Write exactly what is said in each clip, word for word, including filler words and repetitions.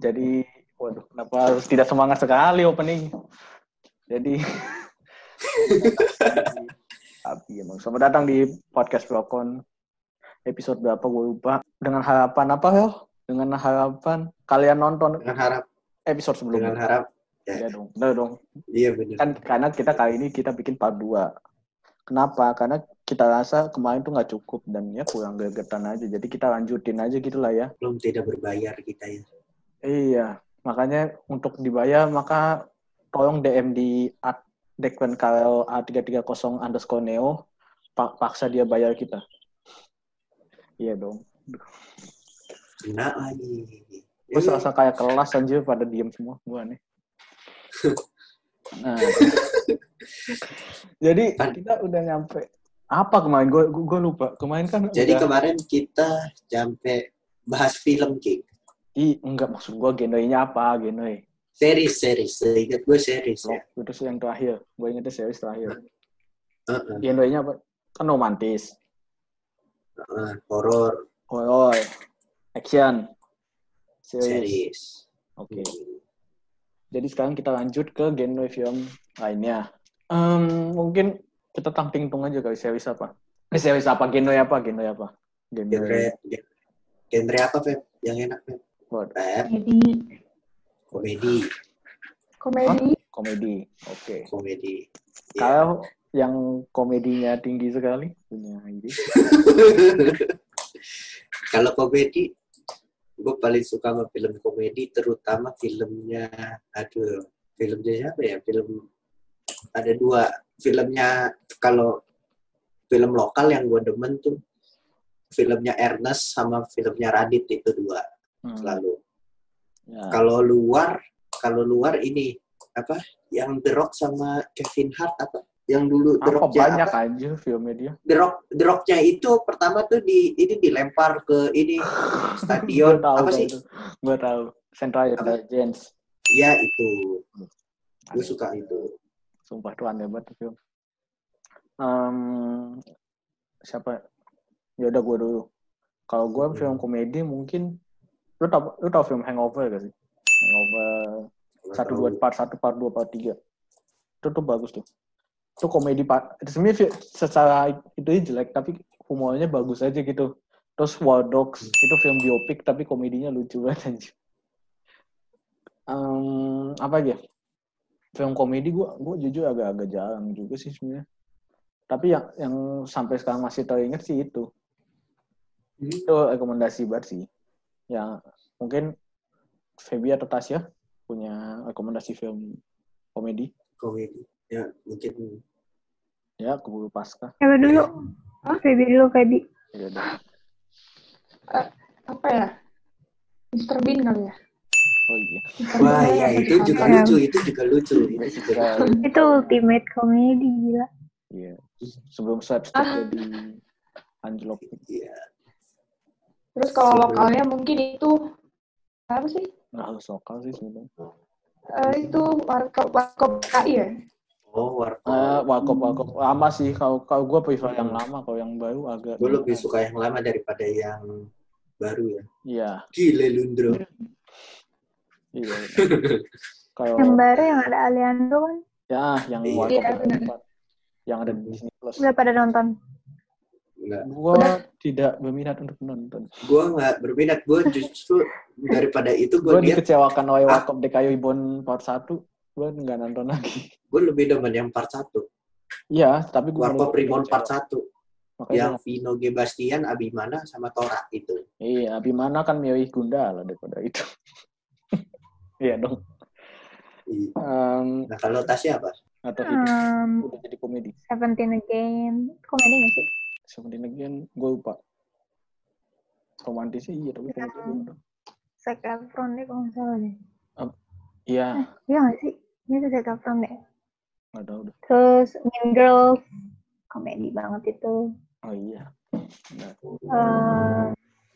Jadi, waduh, kenapa harus tidak semangat sekali opening? Jadi, tapi emang selamat datang di podcast Blokon episode berapa gue lupa. Dengan harapan apa ya? Dengan harapan kalian nonton dengan harap episode sebelumnya. Dengan harap ya, ya dong, benar dong. Iya benar. Kan karena kita kali ini kita bikin part dua. Kenapa? Karena kita rasa kemarin tuh nggak cukup dan ya kurang gregetan aja. Jadi kita lanjutin aja gitulah ya. Belum tidak berbayar kita ya. Iya, makanya untuk dibayar maka tolong D M di at dekwenkarel a tiga tiga nol underscore neo paksa dia bayar kita. Iya dong. Kena lagi. Gue serasa kayak kelas anjir pada diem semua gue nih. Nah, jadi kita udah nyampe apa kemarin? Gue gue lupa. Kemarin kan. Jadi udah... kemarin kita sampai bahas film King. Ih, enggak maksud gue genrenya apa, genre. Series, series. Ingat gue series Loh, ya. itu sih yang terakhir. Gue ingetnya series terakhir. Uh-uh. Genrenya apa? Kan romantis. Uh, horor. Horor. Action. Series. Series. Oke. Okay. Jadi sekarang kita lanjut ke genre film lainnya. Um, mungkin kita tamping tung aja kali series apa. Eh, series apa? Genre apa? Genre apa? Genre, genre, genre apa, Feb? Yang enak, Feb? Komedi. Komedi. Komedi. Huh? Komedi. Oke. Okay. Komedi. Kalau yeah. yang komedinya tinggi sekali punya ide. Kalau komedi, gue paling suka sama film komedi, terutama filmnya, aduh, filmnya siapa ya? Film ada dua filmnya. Kalau film lokal yang gue demen tuh filmnya Ernest sama filmnya Radit, itu dua. Hmm. Selalu. Ya. Kalau luar, kalau luar ini apa? Yang The Rock sama Kevin Hart apa? Yang dulu apa, The Rock-nya banyak apa? aja filmnya dia. The Rock, The Rock-nya itu pertama tuh di ini dilempar ke ini stadion tahu, apa sih? Gue tahu. Central Intelligence. Iya itu. Gue suka itu. Sumpah tuh aneh banget film. Um, siapa? Ya udah gue dulu. Kalau gue hmm. film komedi mungkin lu tau lu tau film Hangover gak sih? Hangover satu dua part satu part dua part tiga. Itu tuh bagus tuh. Itu komedi part. Sebenarnya secara itu jelek tapi humornya bagus aja gitu. Terus War Dogs hmm. itu film biopik tapi komedinya lucu banget anjir. Um, apa aja? Film komedi gue gue jujur agak-agak jarang juga sih sebenarnya. Tapi yang yang sampai sekarang masih teringat sih itu. Hmm. Itu rekomendasi banget sih. Yang mungkin Feby atau Tasya punya rekomendasi film komedi? Komedi. Ya, mungkin. Ya, keburu pasca. Coba dulu. Oh, Feby dulu, Feby. Ya, uh, apa ya? mister Bean kali ya? Oh iya. Wah, ya itu juga lucu, itu juga lucu. Itu juga itu ultimate komedi, gila. Iya. Sebelum slapstick ah. jadi anjlok. Iya. Terus kalau Sebelum... lokalnya mungkin itu apa sih? Nggak harus lokal sih sebenarnya. Uh, itu warkop warkop K I ya? Oh, warkop. Uh, warkop warkop lama sih. Kalau kalau gue prefer hmm. yang lama, kalau yang baru agak. Gue lebih suka yang lama daripada yang baru ya. Iya. Gile Lundro. Iya. Kalau yang baru yang ada Aliando kan? Ya, yang iya, warkop iya, yang ada di Disney Plus. Udah pada nonton? Enggak. Gue tidak berminat untuk menonton. Gue nggak berminat. Gue justru daripada itu gue gue dikecewakan oleh Warkop D K I Ibon part satu. Gue nggak nonton lagi. Gue lebih demen yang part satu. Iya, tapi gue Warkop Reborn part satu. Makanya yang Vino G. Bastian, Abimana sama Tora itu. Iya, Abimana kan milih Gundala daripada itu. Iya dong. Iya. Um, nah kalau Tasya apa? Atau itu um, udah jadi komedi. Seventeen Again. Komedi nggak sih? Seventeen Again, gue lupa. Romantisnya iya, tapi komedi gue udah. Zac Efron deh kalau nggak salah deh. Um, iya. Eh, iya nggak sih? Ini tuh Zac Efron deh. Nggak tahu deh. Terus Mean Girls. Komedi banget itu. Oh iya. Nah. Uh,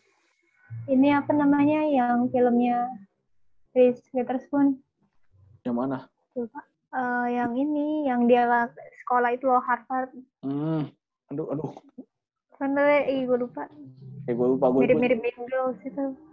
ini apa namanya yang filmnya Reese Witherspoon? Yang mana? Lupa. Uh, yang ini, yang dia sekolah itu loh, Harvard. Hmm. Aduh, aduh. Bener, eh gue lupa. Eh gue lupa. Gue mirip-mirip Mean Girls itu.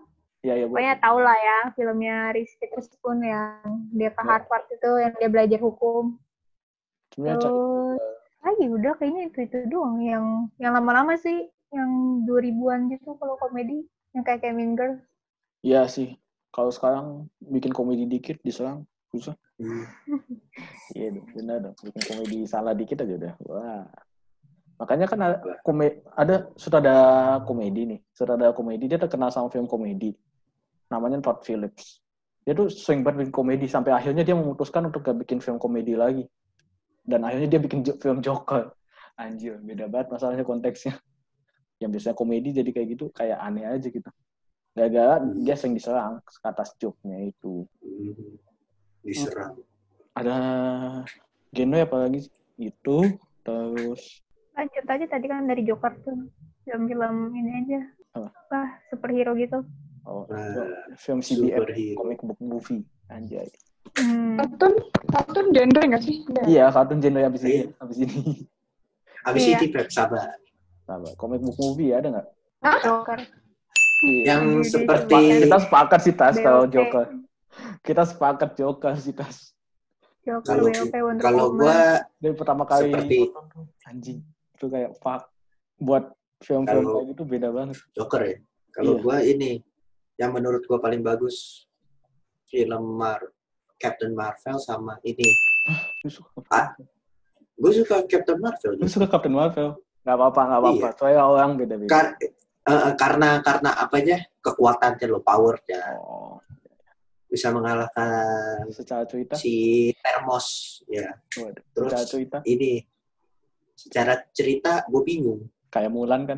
Iya, iya. Pokoknya tau lah ya filmnya Reese Witherspoon yang dia ke Harvard itu, yang dia belajar hukum. Sebenarnya Terus lagi udah kayaknya itu itu doang yang yang lama-lama sih, yang dua ribuan gitu kalau komedi, yang kayak kayak Mean Girls. iya sih. Kalau sekarang bikin komedi dikit diserang susah. Hmm. Iya, benar dong. Bikin komedi salah dikit aja udah. Wah. Makanya kan ada komedi, ada sutradara komedi nih. Sutradara komedi dia terkenal sama film komedi. Namanya Todd Phillips. Dia tuh sering banget bikin komedi sampai akhirnya dia memutuskan untuk gak bikin film komedi lagi. Dan akhirnya dia bikin jo- film Joker. Anjir, beda banget masalahnya konteksnya. Yang biasanya komedi jadi kayak gitu, kayak aneh aja gitu. Gara-gara dia sering diserang atas joke-nya itu. Hmm. Diserang. Ada genre apa lagi? Itu, terus Lanjut aja tadi kan dari Joker tuh, film-film ini aja. Apa? Apa, superhero gitu. oh, Nah, film C B F, superhero. comic book movie. Anjay. Hmm. Kartun, kartun genre nggak sih? Nggak. Iya, kartun genre habis ini. Iya. Habis ini. Habis Iya. ini Pep, sabar. Apa? Comic book movie ada nggak? Joker. Iya. Yang Jadi seperti Kita sepakat sih, Tas, kalau B O P. Joker. Kita sepakat Joker sih, Tas. Joker, kalau B O P, Wonder kalau Woman. gua Dari pertama kali Seperti- nonton tuh, anjing. Itu kayak fuck. Buat film-film Kalau- kayak gitu beda banget. Joker ya. Kalau Iya. gua ini yang menurut gua paling bagus film Mar Captain Marvel sama ini. Lu suka, Ah, Gue suka Captain Marvel. lu suka Captain Marvel? Nggak apa-apa, nggak apa-apa. Iya. Soalnya orang beda-beda. Kar- eh, karena karena apanya kekuatannya lo, powernya Oh, bisa mengalahkan secara cerita? si Thermos ya. Waduh, Terus secara cerita? ini secara cerita gue bingung. Kayak Mulan kan?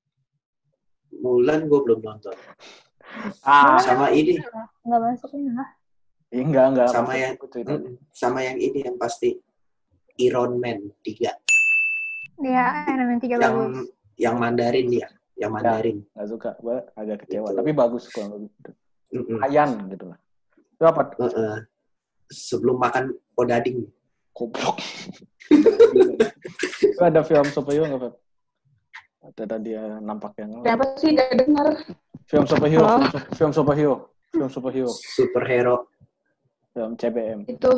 Mulan gue belum nonton. Ah, Sama ini, Nggak masuk ini lah. iya, enggak, enggak. Sama maksud yang- aku ceritanya. mm, sama yang ini yang pasti Iron Man tiga Ya, Iron Man tiga yang bagus. yang Mandarin ya, yang Mandarin. Nggak suka, gue agak kecewa. Gitu. Tapi bagus kurang lebih. Mm-mm. Ayan gitu lah. Itu apa? Uh-uh. Sebelum makan odading. Goblok. Itu ada film superhero nggak, Feb? Ada dia nampak yang Kenapa sih nggak dengar? film superhero, Halo? film, su- film superhero, film superhero, Superhero, film C B M. Itu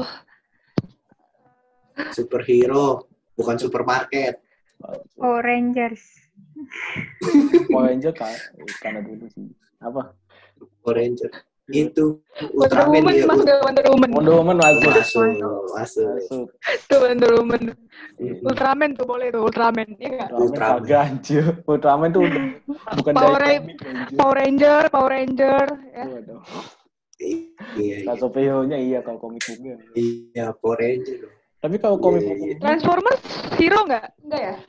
superhero, bukan supermarket. Power Rangers. Power Ranger kan, karena dulu sih. Apa? Power Ranger. Itu Wonder Ultraman Woman ya. mas nggak Wonder Woman. Wonder Woman masuk. Masuk, masuk. Masuk. Tuh Wonder Woman. Mm-mm. Ultraman tuh boleh tuh Ultraman. Iya nggak? Ultraman Ultraman. kagak anjir. Ultraman tuh udah bukan Power dari Ra- komik anjir. Power Ranger, Power Ranger. Ya. Waduh. Iya, Kalau iya. superhero-nya iya, kalau komik buku. Iya, Power Ranger. dong. Tapi kalau komik Iya, buku iya. Transformers hero nggak? Nggak ya?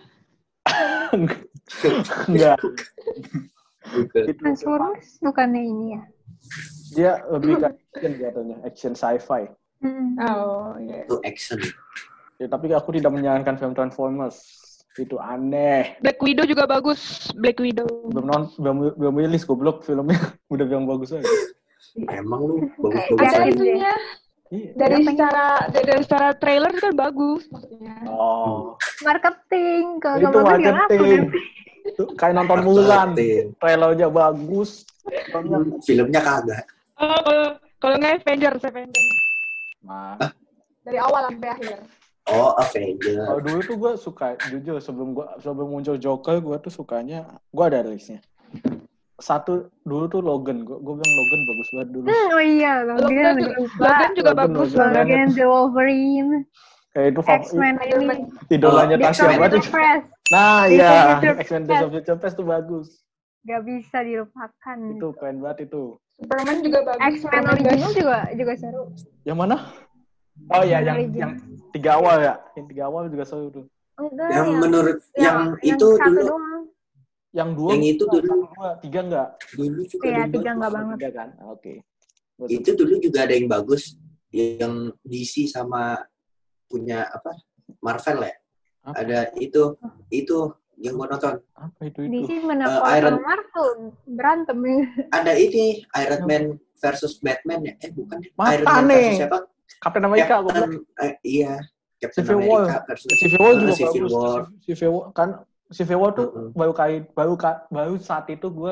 enggak. Bukan. Itu Transformers bukannya ini ya? dia lebih ke action jatuhnya, action sci-fi. Hmm. Oh iya. Itu action. Ya, tapi aku tidak menyarankan film Transformers. Itu aneh. Black Widow juga bagus. Black Widow. Belum non, belum belum rilis goblok filmnya. Udah bilang bagus aja. Emang lu bagus-bagus Ada aja. itunya. Iya. Dari Apa secara dari, dari secara trailer kan bagus maksudnya. Oh, Marketing. Kalau itu nggak bagus ya laku marketing. nanti. Itu kayak nonton Mulan. Marketing. Trailernya bagus. Filmnya Filmnya kagak. Oh, kalau kalau nggak Avengers, Avengers. Nah, Dari awal sampai akhir. Oh, Avenger. kalau dulu tuh gue suka, jujur sebelum gua sebelum muncul Joker, gue tuh sukanya, gue ada listnya. Satu dulu tuh Logan, gue gue bilang Logan bagus banget dulu. Hmm, oh iya, Logan Logan, udah juga- lupa. Logan juga Logan, bagus Logan. banget. Logan, The Wolverine, Kayak itu favorit X-Men ini. idolanya Oh, Tasya X-Men. banget. Days of Fresh. Nah, Days iya, of Future X-Men Past. Days of Future Past tuh bagus. Gak bisa dilupakan. Itu keren banget itu. Superman juga bagus. X-Men Superman original juga juga seru. Yang mana? Oh iya, yang Original. yang tiga awal ya. Yang tiga awal juga seru tuh. Enggak, Yang menurut yang, itu satu dulu doang. Yang dua, Yang itu enggak, dulu. satu, dua, tiga enggak? dulu juga Iya, ada yang tiga bagus. enggak banget. Tiga kan? Oke. Gua suka. Itu dulu juga ada yang bagus, yang D C sama punya apa Marvel ya. Apa? Ada itu itu yang gua nonton. Apa itu Di itu? sini mana Eh, uh, Iron- Marvel berantem ya. Ada ini Iron Man versus Batman ya? Eh bukan ya? Mata Iron Man nih. versus siapa? Captain America, gua bilang. Captain, eh, iya. Captain Civil War. America versus Civil War juga eh, Civil bagus. War. Civil War kan Civil War tuh Mm-mm. baru kali baru ka- baru saat itu gue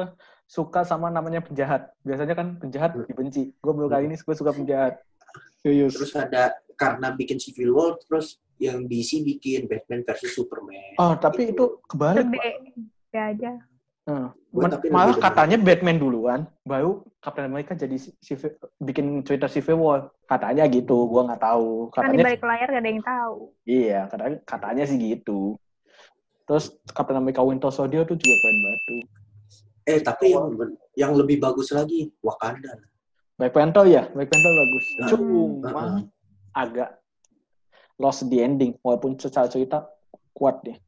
suka sama namanya penjahat. Biasanya kan penjahat dibenci. Gue baru kali ini gue suka penjahat. Serius. Terus ada karena bikin Civil War, terus yang D C bikin Batman versus Superman. Oh, tapi itu kebalik, Gede. Pak. Ya aja. Hmm. Gua Men- tapi malah lebih katanya Batman duluan, baru Captain America jadi civil, bikin Twitter Civil War. Katanya gitu, gua nggak tahu. Kan di Katanya balik layar gak ada yang tahu. iya, katanya katanya sih gitu. Terus Captain America Winter Soldier tuh juga keren banget tuh. Eh, tapi yang yang lebih bagus lagi Wakanda. Black Panther ya, Black Panther bagus. Nah, Cuma uh-uh. agak lost di ending, walaupun secara cerita kuat deh.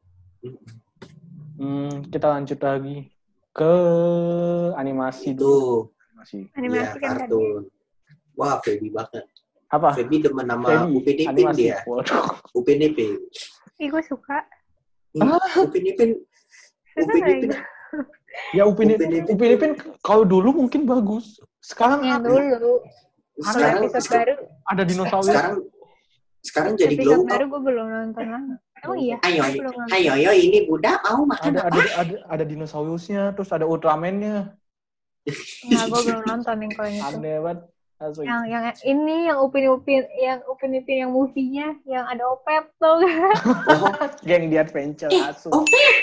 Hmm, kita lanjut lagi ke animasi Itu dulu. Animasi. ya Animasi kan tadi. kartun. Wah, Feby banget. Apa? Feby demen nama Feby, Upin Ipin animasi. dia. Waduh. Upin Ipin. Ih, gue suka. Ih, Upin Ipin. Upin Ipin. Ya Upin Upin Ipin, Ipin. Upin Ipin kalau dulu mungkin bagus. Sekarang Yang ada, dulu. Sekarang Episode baru. ada dinosaurus. sekarang sekarang jadi Episode glow baru up. gue belum nonton lagi. Emang iya? Ayo, Gue belum nonton. ayo, ayo, ini Buddha mau makan Ada apa? ada ada ada dinosaurusnya, terus ada Ultraman-nya. Nggak, gue belum nonton yang kalau yang itu. Aneh banget. Asli. Yang yang ini yang Upin Upin yang Upin Ipin yang movie-nya yang ada Opet tuh. Oh, Geng di adventure asu. Opet.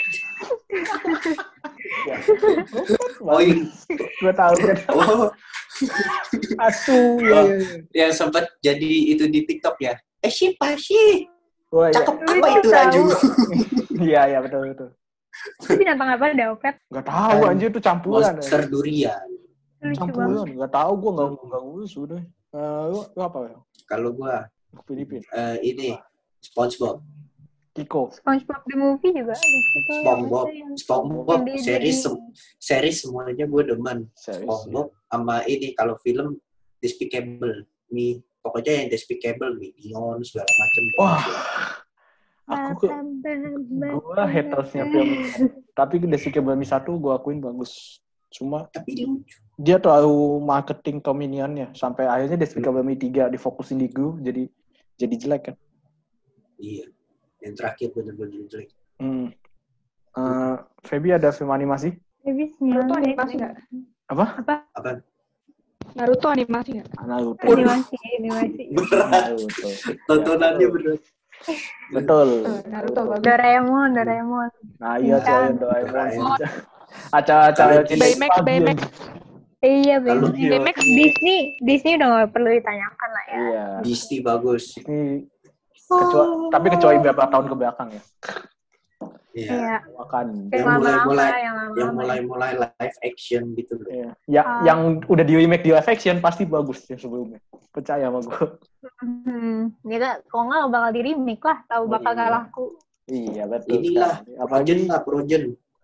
Ya. Oh, ini. Gue tahu gue tahu. Oh, Asu ya, ya, ya. yang sempat jadi itu di TikTok ya. Eh, siapa sih? Wah, ya. Cakep Lu apa itu tahu. Raju? Iya, iya betul betul. Tapi binatang apa ada Opet? Enggak tahu anjir itu campuran. Monster Ya. durian. Lucu banget. Campuran, enggak tahu gua enggak enggak ngurus udah. Eh, lu, lu apa ya? Kalau gua Filipin. eh, ini SpongeBob. Kiko. SpongeBob the movie juga lucu tuh. yang SpongeBob, itu yang- SpongeBob yang di- series di- sem- series semuanya gue demen. Series. SpongeBob sama ini kalau film Despicable Me, pokoknya yang Despicable Minions segala macam. Wah. Aku ke gua hatersnya film ini. Tapi Despicable Me satu gua akuin bagus. Cuma Tapi dia lucu. dia terlalu marketing ke minionnya sampai akhirnya Despicable Me tiga difokusin di gua jadi jadi jelek kan. Iya. Yang terakhir bener-bener jelek. Hmm. Uh, Feby ada film animasi? Habisnya. Naruto animasi nggak? Apa? Apa? Naruto animasi nggak? Naruto. Animasi, animasi. Beneran. Naruto. Tontonannya Ya, bener. betul. Eh, Naruto bagus. Doraemon, Doraemon. Nah iya Iya. coy Doraemon. Doraemon. Acara-acara Kalau cinta Baymax, pagi. Baymax. Iya, Kalau bener. iya. Baymax Disney, Disney udah gak perlu ditanyakan lah ya. Iya. Disney bagus. Ini kecuali, tapi kecuali beberapa tahun ke belakang ya. Iya. Iya. Makan. Yang Yang lama-lama, mulai-mulai- yang lama-lama. Yang mulai-mulai live action gitu loh. Iya. Ya, Ah. yang udah di remake di live action pasti bagus ya sebelumnya. Percaya sama gue. Hmm, ya kalau nggak bakal di remake lah, tahu bakal Iya. gak laku. Iya betul. Inilah, sekali. Projen Apalagi, lah, Projen.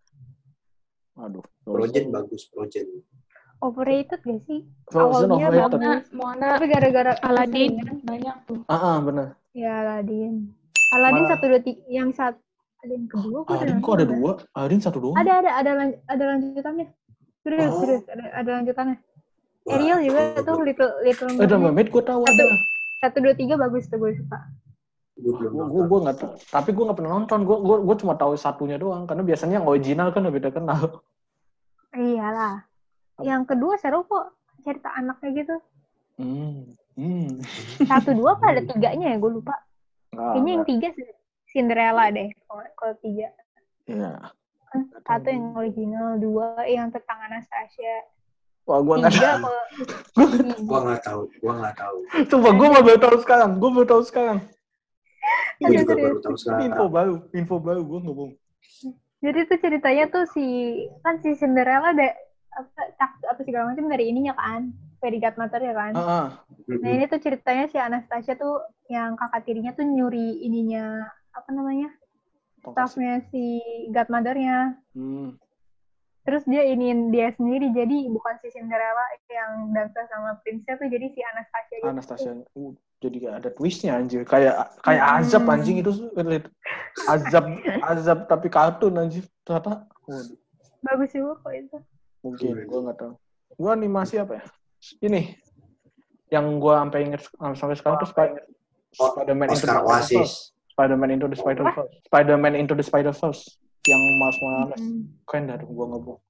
aduh. Projen bagus, Projen. Overrated gak sih? Frozen Awalnya overrated. banget. Moana, Tapi gara-gara Aladdin, kan? banyak tuh. Ah, ah, bener. Ya Aladdin. Aladdin Malah- satu dua tiga, yang satu ada yang kedua. gua Aladdin udah kok ada nonton. dua? Aladdin satu doang? Ada ada ada lan- ada lanjutannya. Serius Oh. serius ada ada lanjutannya. Wah, Ariel juga gua- tuh little little Eh, The Mermaid. Mermaid gue tahu Satu. ada. Satu dua tiga bagus tuh gue suka. Gue belum Gue nonton. gue nggak tahu. Tapi gue nggak pernah nonton. Gue gue gue cuma tahu satunya doang. Karena biasanya yang original kan lebih terkenal. Iyalah. Yang kedua seru kok, cerita anaknya gitu. Hmm. Hmm. Satu dua apa ada tiganya ya gue lupa. Nggak, Kayaknya yang nggak. tiga Cinderella deh kalau kalau tiga. Iya. Kan satu yang original, dua yang tentang Anastasia, Wah, gue nggak tiga tahu. kalau Gua nggak tahu, gua nggak tahu. Coba gue mau baru tahu sekarang. Gue baru tahu sekarang. Gue Aduh, juga serius. baru tahu Ini info sekarang. baru. Info baru. Gue nggak bohong. jadi tuh ceritanya tuh si kan si Cinderella ada apa tak apa segala macam dari ininya kan, fairy godmother ya kan. Ah, ah. Nah ini tuh ceritanya si Anastasia tuh yang kakak tirinya tuh nyuri ininya apa namanya staffnya si godmothernya. Hmm. Terus dia iniin dia sendiri jadi bukan si Cinderella yang dansa sama prince-nya tuh jadi si Anastasia. gitu. Anastasia. Uh, jadi kayak ada twistnya anjir. Kayak kayak azab Hmm. anjing itu. Azab azab tapi kartun anjir. Ternyata. Waduh. Bagus juga kok itu. Mungkin, gue nggak tahu. Gue animasi apa ya? Ini yang gue sampai inget sampai sekarang tuh Spider Oh, Spider-Man into the Oscar Spider-Verse. Oasis. Spider-Man into the Spider-Verse. Spider-Man into the Spider-Verse yang Miles Morales. Hmm. Keren dah tuh, gue nggak bohong. Oh,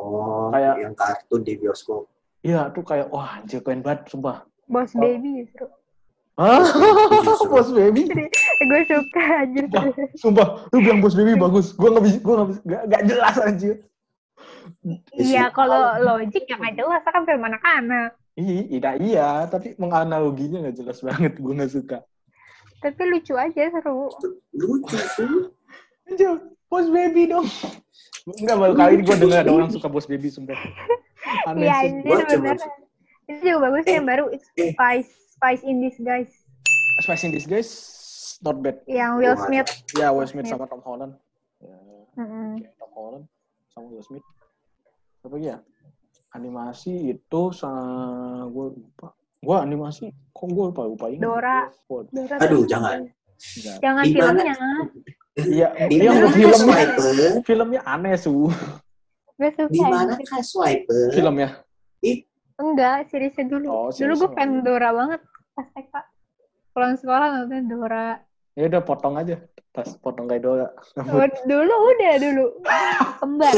Oh, Kayak- yang kartun di bioskop. Iya, tuh kayak, wah anjir keren banget, sumpah. Boss Oh. Baby justru. Hah? Justru. Boss Baby? Gue suka anjir. Sumpah, sumpah, lu bilang Boss Baby bagus. Gue nggak bisa, gue nggak bisa, nggak nggak jelas anjir. Iya, kalau logik ya nggak jelas, kan film anak-anak. Iya, iya, iya, tapi menganaloginya nggak jelas banget, gue nggak suka. Tapi lucu aja, seru. Lucu sih. Anjir, Boss Baby dong. Enggak, baru kali ini gue dengar ada orang suka Boss Baby, sumpah. Aneh Iya, sih. anjir Gua cuma- beneran. Itu juga bagus Eh, yang baru, It's eh. Spice, Spice in Disguise. Spice in Disguise, not bad. Yang Will Wah, Smith. Ya, Will Smith sama Tom Holland. Ya, Mm-mm. kayak Tom Holland sama Will Smith. Apa lagi ya? Animasi itu sama gue lupa. Gue animasi kok gue lupa lupa ini. Dora. Oh, Dora Aduh, tuh- jangan. enggak. Jangan Di mana- filmnya. Iya, Di dia mana filmnya, Swiper? filmnya aneh su. Gue suka. Di mana anjir. kah Swiper? Filmnya. Enggak, seriesnya dulu. Oh, dulu seriesnya gue fan dulu. Dora banget pas T K. Pulang sekolah nonton Dora. Ya udah potong aja. Tas potong kayak Dora. Oh, dulu udah dulu. Kembar.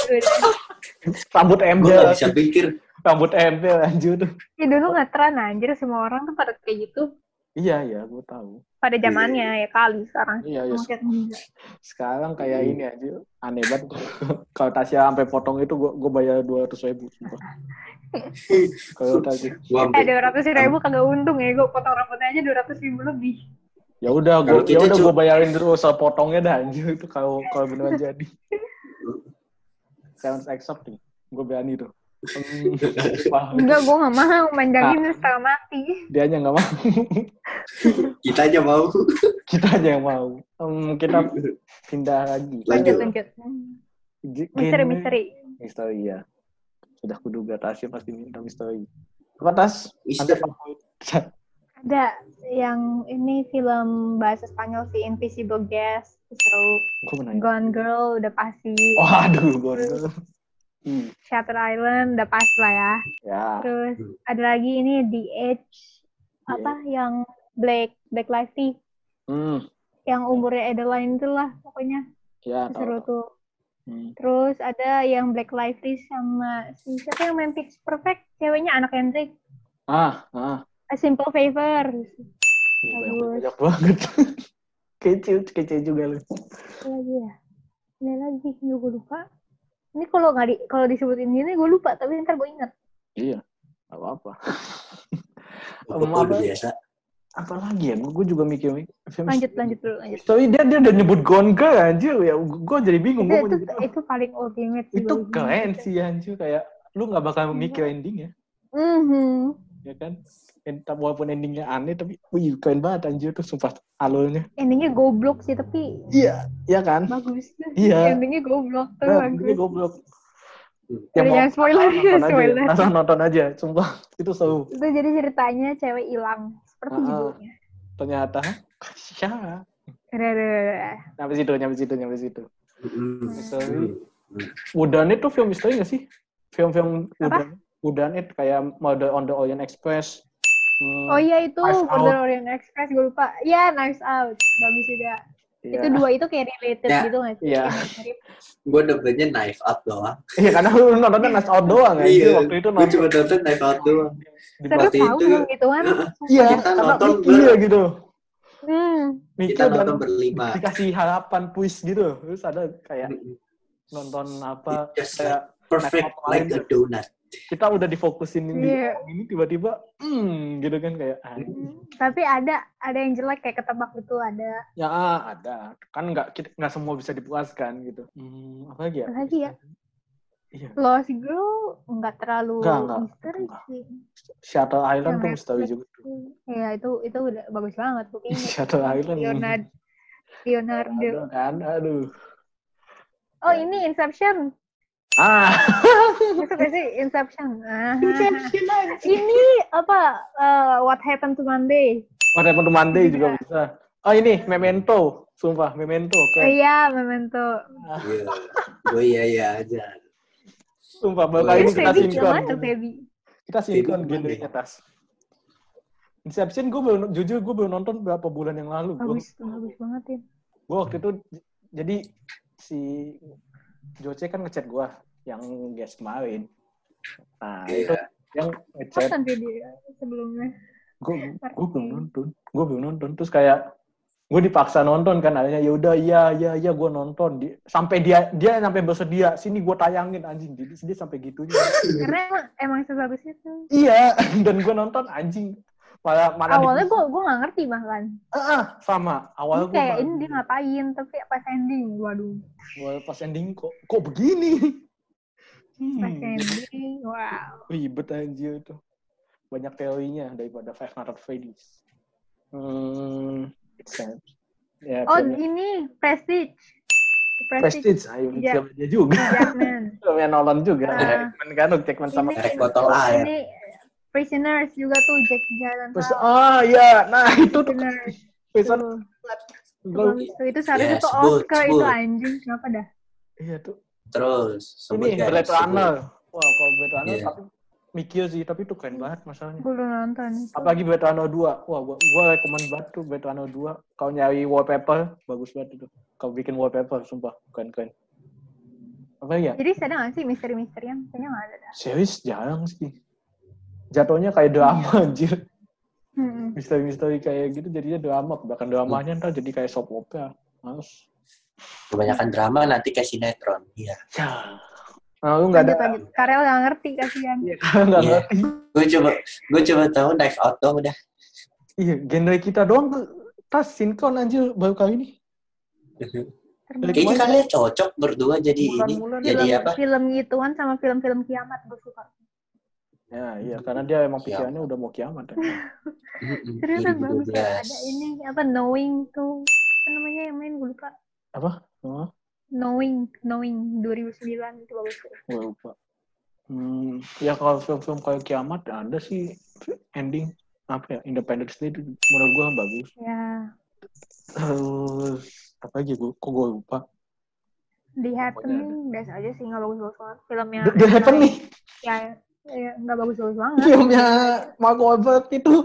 Rambut Gue embel. gak bisa pikir. Rambut embel anjir tuh. Ya dulu ngetren anjir, semua orang tuh pada kayak gitu. Iya, iya, gue tahu. Pada zamannya ya kali sekarang. Iya, iya. Maksudnya enggak. Sekarang kayak ini aja aneh banget. Kalau Tasya sampai potong itu gue gue bayar dua ratus ribu. Sumpah. Kalau Tasya. Gua Eh, dua ratus ribu kagak untung ya. Gue potong rambutnya aja dua ratus ribu lebih. Ya udah, Kalau gue ya kita udah cu- gue bayarin terus soal potongnya dah anjir itu kalau kalau beneran jadi. Sounds accepting. Gue berani tuh. Hmm, wah, Enggak, gue gak mau. Manjangin setengah mati. dia aja nggak mau. kita aja mau. Kita aja yang mau. Hmm, kita pindah lagi. Lanjut, Lanjut. lanjut. Gen- Misteri, misteri. Misteri ya. Sudah kuduga Tasya pasti minta misteri. Apa Tas? Mister. Anda favorit? Ada yang ini film bahasa Spanyol sih, Invisible Guest. Seru. Gue menanya. Gone Girl udah pasti. Oh, aduh, gue. Hmm, Shutter Island udah pasti lah ya. ya. Terus Hmm. ada lagi ini The Edge. Apa yang Black Black Lively. Hmm, Yang umurnya Adeline itu lah pokoknya. ya Seru tahu. tuh. Hmm. Terus ada yang Black Lively sama si siapa yang main Pitch Perfect, ceweknya anak Hendrik. Ah, ah. A Simple Favor. Ih, banyak, Bagus. banyak banget. kece, kece juga lu. Apa lagi ya? Ini lagi, gue lupa. Ini kalau nggak di, kalau disebutin gini gue lupa, tapi ntar gue ingat. Iya, nggak apa-apa. Apa apa- biasa. Apa lagi ya? Gue juga mikir. Film Lanjut, lanjut dulu, lanjut. Tapi dia dia udah nyebut Gone Girl anjir ya. Gue jadi bingung. Itu, Gua mau itu, nyebut apa. itu paling ultimate sih. Itu bagus keren banget. sih anjir, kayak lu nggak bakal mikir endingnya, Mhm. ya kan? Entah walaupun endingnya aneh tapi wih keren banget anjir tuh sumpah alurnya. Endingnya goblok sih, tapi Iya, iya kan? bagus. Iya. Endingnya goblok, tapi Nah, bagus. ini goblok. Udah, jangan spoiler, nonton aja, spoiler. langsung nonton aja, sumpah itu seru. Itu jadi ceritanya cewek hilang, seperti Ah, judulnya. Ternyata, siapa? Udah, udah, udah, udah. Nyampe situ, nyampe situ, nyampe situ. Mm. Misteri. Mm. Udan itu film misteri nggak sih? Film-film Apa? Udan, Udan itu kayak Murder on the Orient Express. Hmm, Oh iya itu Knives Border Out. Orient Express, gue lupa. Iya, Knives Out, bagus juga. iya. Itu dua itu kayak related Ya, gitu nggak sih? iya. Kayak mirip. Gue demennya Knife Out doang. Iya, karena lu nontonnya Knives Out doang ya. Iya, Waktu itu gue nonton cuma nonton Knife Out doang. di Seru Waktu tahu itu- film gituan. Iya, Kita karena nonton mikir ber- gitu. Hmm. Mikir Kita dan nonton berlima. dikasih harapan puis gitu. Terus ada kayak Mm. nonton apa Just kayak Perfect like a donut. kita udah difokusin di Iya. orang ini tiba-tiba hmm gitu kan kayak ah, Tapi ada ada yang jelek kayak ketebak itu ada. ya ah, ada kan nggak kita- nggak semua bisa dipuaskan gitu. Hmm, apa lagi ya? Apa lagi ya? Iya. Lost Girl nggak terlalu Nggak, nggak. misteri Nggak. sih. Shutter Island Yang tuh misteri Netflix. juga. Iya itu itu udah bagus banget tuh kayaknya. Shutter Island. Leonardo. Leonardo. Aduh, kan, aduh. Oh ini Inception. Ah, Itu gak sih Inception? Ah. Ini apa? uh, What Happened to Monday? What Happened to Monday juga Iya. bisa. Oh ini Memento, sumpah Memento, Oh, kayak iya, Memento. Iya. Gue iya iya aja. sumpah baru Oh, kali iya. ini kita Feby sinkron. gimana Feby? Kita sinkron Feby genre gimana? atas. Inception gue baru jujur gue baru nonton beberapa bulan yang lalu. Gue Bagus, bagus banget ya. gue waktu itu j- jadi si Joce kan ngechat gue yang guest kemarin. Nah Iya. itu yang ngechat. Kapan dia sebelumnya? Gue gue belum nonton, gue belum nonton. Terus kayak gue dipaksa nonton kan, adanya ya udah iya iya iya gue nonton. Di, sampai dia dia sampai bersedia sini gue tayangin anjing. Jadi dia sampai gitunya. Karena emang, emang sebagus itu. Iya, dan gue nonton anjing. Malah malah Awalnya gue gue nggak ngerti bahkan. Ah, uh, sama. Awalnya gue kayak ini dia ngapain, tapi pas ending, waduh. Gue pas ending kok kok begini. Hmm. Pas ending, wow. Ribet anjir tuh. Banyak teorinya daripada Five Nights at Freddy's. Hmm, ya, oh filmnya. Ini Prestige. Prestige, ayo ya. Dia juga. Jackman. Filmnya Nolan juga. Uh, Jackman kan, Jackman sama Eric Botol air. Ini Prisoners juga tuh Jack Gyllenhaal. Oh iya, nah itu tuh. Prisoners. Itu, itu seharusnya yes, tuh Oscar good, itu anjing, kenapa dah? Iya tuh. Terus ini Blade Runner. Wah, wow, kalau Blade Runner yeah. tapi mikir sih, tapi itu keren banget masalahnya. Belum nonton. Apalagi Blade Runner dua. Wah, gua gua rekomend banget tuh Blade Runner dua. Kalau nyari wallpaper, bagus banget itu. Kalau bikin wallpaper, sumpah, keren-keren. Apa ya? Jadi ada nggak sih misteri-misterian? Kayaknya nggak ada dah. Series jarang sih. Jatuhnya kayak drama anjir. Hmm. Misteri-misteri kayak gitu jadinya drama. Bahkan dramanya ntar jadi kayak soap opera. Males. Kebanyakan drama nanti kayak sinetron. Iya. Ya. Nah, lu nggak ada. Karel nggak ngerti kasihan. Iya, Karel nggak ngerti. Gue coba, gue coba tahu Knives Out dong udah. Iya, genre kita doang tas sinkron anjir baru kali ini. Kayaknya kalian cocok berdua jadi mulan, ini, mulan, jadi film, apa? Film gituan sama film-film kiamat gue suka. Ya, iya, karena dia emang pikirannya udah mau kiamat. Ya. Serius kan bagus ya. Ada ini apa Knowing tuh apa namanya yang main gue lupa. Apa? Oh. Knowing, Knowing dua ribu sembilan itu bagus. Gue lupa. Hmm, ya kalau film-film kayak kiamat ada sih ending apa ya Independence Day itu menurut gue bagus. Ya. Terus apa lagi gue? Kok gue lupa? The Happening biasa aja sih nggak bagus-bagus banget. Filmnya. The, The Happening. Ya, ya nggak bagus-bagus banget. Filmnya Mark Wahlberg itu.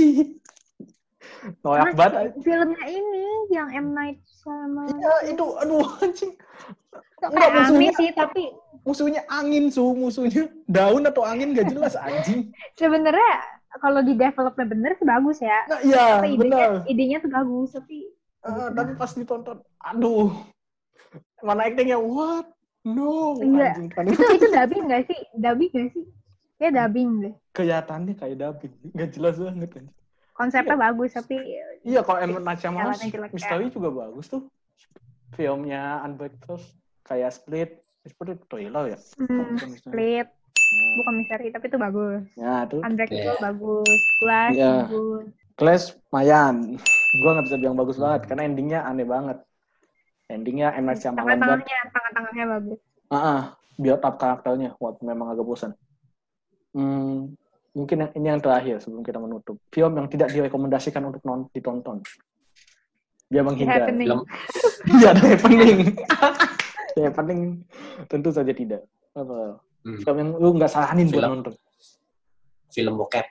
Noyak banget. Filmnya ini yang M. Night sama. Iya itu, aduh anjing. Kayak aneh sih tapi. Musuhnya angin su, musuhnya daun atau angin gak jelas anjing. Sebenarnya kalau di developnya bener sih bagus ya. Nah iya idenya, benar. idenya tuh bagus tapi. Uh, tapi pas ditonton, aduh. Mana actingnya what? No. Enggak. Anjing, itu itu dubbing nggak sih? Dubbing nggak sih? Ya dubbing deh. Kelihatannya kayak dubbing, nggak jelas banget kan. Konsepnya iya. bagus tapi. Iya kalau M. Night Shyamalan misteri ya. Juga bagus tuh. Filmnya Unbreakable kayak Split. Seperti Toilet ya? Hmm, Split. Nah. Bukan misteri, tapi itu bagus. Ya, tuh. Unbreakable yeah. bagus. Glass yeah. bagus. Glass, mayan. Gue gak bisa bilang bagus banget, karena endingnya aneh banget. Endingnya M. Night Shyamalan. Tangan-tangannya, tangan-tangannya bagus. Ah, uh-uh, build up karakternya. Wah, memang agak bosan. Hmm, mungkin ini yang terakhir sebelum kita menutup. Film yang tidak direkomendasikan untuk non- ditonton. Dia menghindar. Iya, The Happening. Ya paling tentu saja tidak. Apa? Hmm. Film yang lu nggak saranin buat nonton. Film bokep.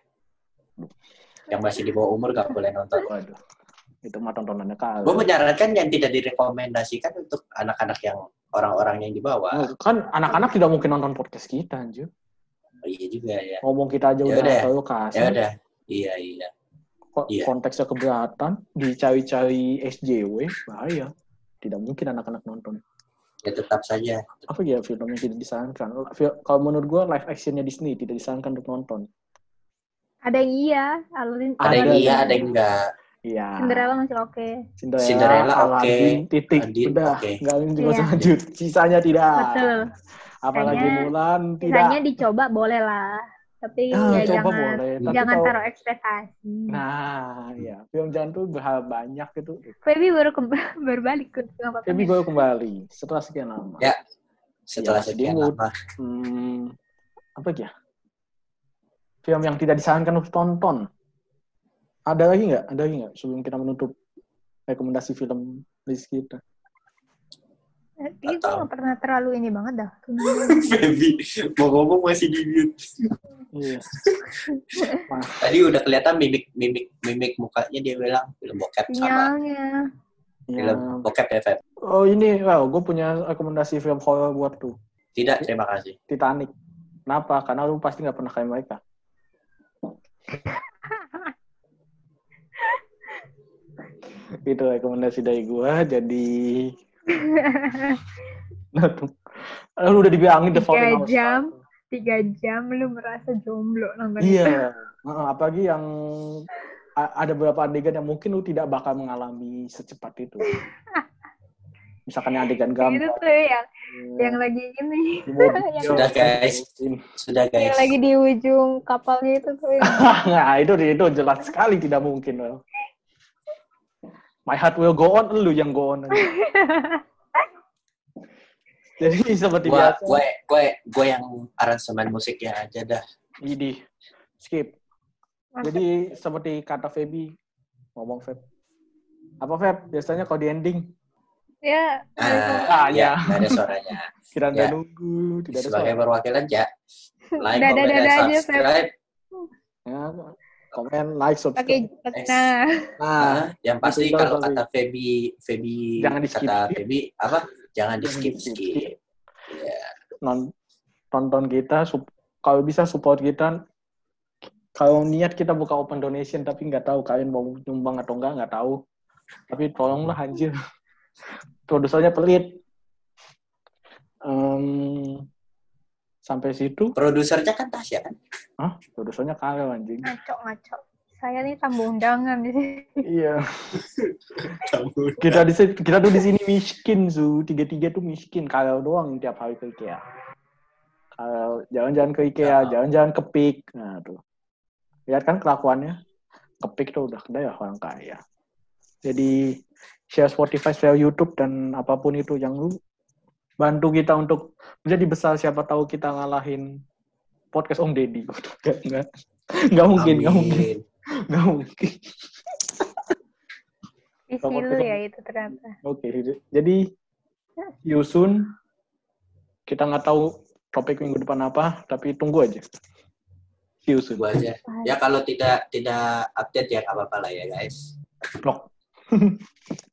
Yang masih di bawah umur nggak boleh nonton. Waduh. Itu mah tontonannya kali. Gue menyarankan yang tidak direkomendasikan untuk anak-anak yang orang-orang yang di bawah. Oh, kan anak-anak tidak mungkin nonton podcast kita, anjir. Oh, iya juga ya. Ngomong kita aja ya udah terlalu kasar. Ya udah. Iya iya. Ko- iya. Konteksnya keberatan, dicari-cari S J W, bahaya. Tidak mungkin anak-anak nonton. Ya tetap saja. Apa ya film yang tidak disarankan? Kalau menurut gue live actionnya Disney tidak disarankan untuk nonton. Ada yang iya, Aladdin. Ada yang iya, ada yang enggak. Iya. Cinderella masih oke. Okay. Cinderella, Cinderella oke. Okay. Titik. Adin, udah, okay. nggak usah yeah. lanjut. Sisanya tidak. Betul. Apalagi Sisanya, Mulan tidak. Sisanya dicoba boleh lah. Tapi ah, ya jangan boleh. jangan Tapi taruh ekspektasi. Nah, ya film jangan tuh berharap banyak itu. Feby baru kembali baru balik ke apa? Feby baru kembali setelah sekian lama. Ya. Setelah ya, sekian lama. Hmm, apa ya? Film yang tidak disarankan untuk tonton. Ada lagi nggak? Ada lagi nggak sebelum kita menutup rekomendasi film list kita? Ini gue nggak pernah terlalu ini banget dah. Feby mau ngomong masih di mute. Iya. Tadi udah kelihatan mimik mimik mimik mukanya dia bilang film bokep sama. Sinyalnya. Film bokep ya, Feb. Oh ini, wow, gue punya rekomendasi film horor buat tuh. Tidak, terima kasih. Titanic. Kenapa? Karena lu pasti nggak pernah kayak mereka. Itu rekomendasi dari gue. Jadi, lu udah dibilangin The Fault in Tiga Our jam, Stars. tiga jam lu merasa jomblo nonton Iya. Nah, apalagi yang ada beberapa adegan yang mungkin lu tidak bakal mengalami secepat itu. Misalkan yang adegan Itu gambar. tuh yang yang lagi ini. yang Sudah guys, sudah guys. Yang lagi di ujung kapalnya itu tuh. Nah, itu itu jelas sekali tidak mungkin. Well. My heart will go on, lu yang go on. Jadi seperti gua, biasa. Gue gue gue yang aransemen musiknya aja dah. Idi, skip. Jadi seperti kata Feby, ngomong Feb. Apa Feb? Biasanya kalau di ending. Ya. Ah, ya, nggak ada suaranya. Kira Ya. nunggu, tidak ada Sebagai suara. perwakilan ya, like, Dadah, comment, dadah dan aja, Feb. subscribe. Ya, komen, like, subscribe. Pakai nah. Nah, Nah, yang pasti itu kalau tapi- kata Feby, Feby Jangan di skip. kata Feby apa? Jangan di Jangan skip di skip. skip. Ya. non tonton kita, sup- kalau bisa support kita. Kalau niat kita buka open donation, tapi nggak tahu kalian mau nyumbang atau enggak, nggak tahu. Tapi tolonglah anjir. Produsernya pelit. Um, sampai situ. Produsernya kan Tasya kan? Hah? Produsernya kagak anjing. Ngaco, ngaco. Saya nih tamu undangan di sini. Iya. Kita di sini- kita tuh di sini miskin, Zu. Tiga-tiga tuh miskin. Kalau doang tiap hari ke IKEA. Kalau jalan-jalan ke IKEA, Nah. jalan-jalan ke Pik. Nah, tuh. Lihat kan kelakuannya. Ke Pik tuh udah kena ya orang kaya. Jadi share Spotify, share YouTube dan apapun itu yang lu bantu kita untuk menjadi besar. Siapa tahu kita ngalahin podcast Om Deddy. Enggak, enggak. Enggak mungkin, enggak mungkin. Amin. Enggak mungkin. Visi lu ya itu ternyata. Oke, jadi see you soon. Kita nggak tahu topik minggu depan apa, tapi tunggu aja. See you soon. Gua aja. Ya kalau tidak tidak update ya nggak apa-apa lah ya guys. Vlog.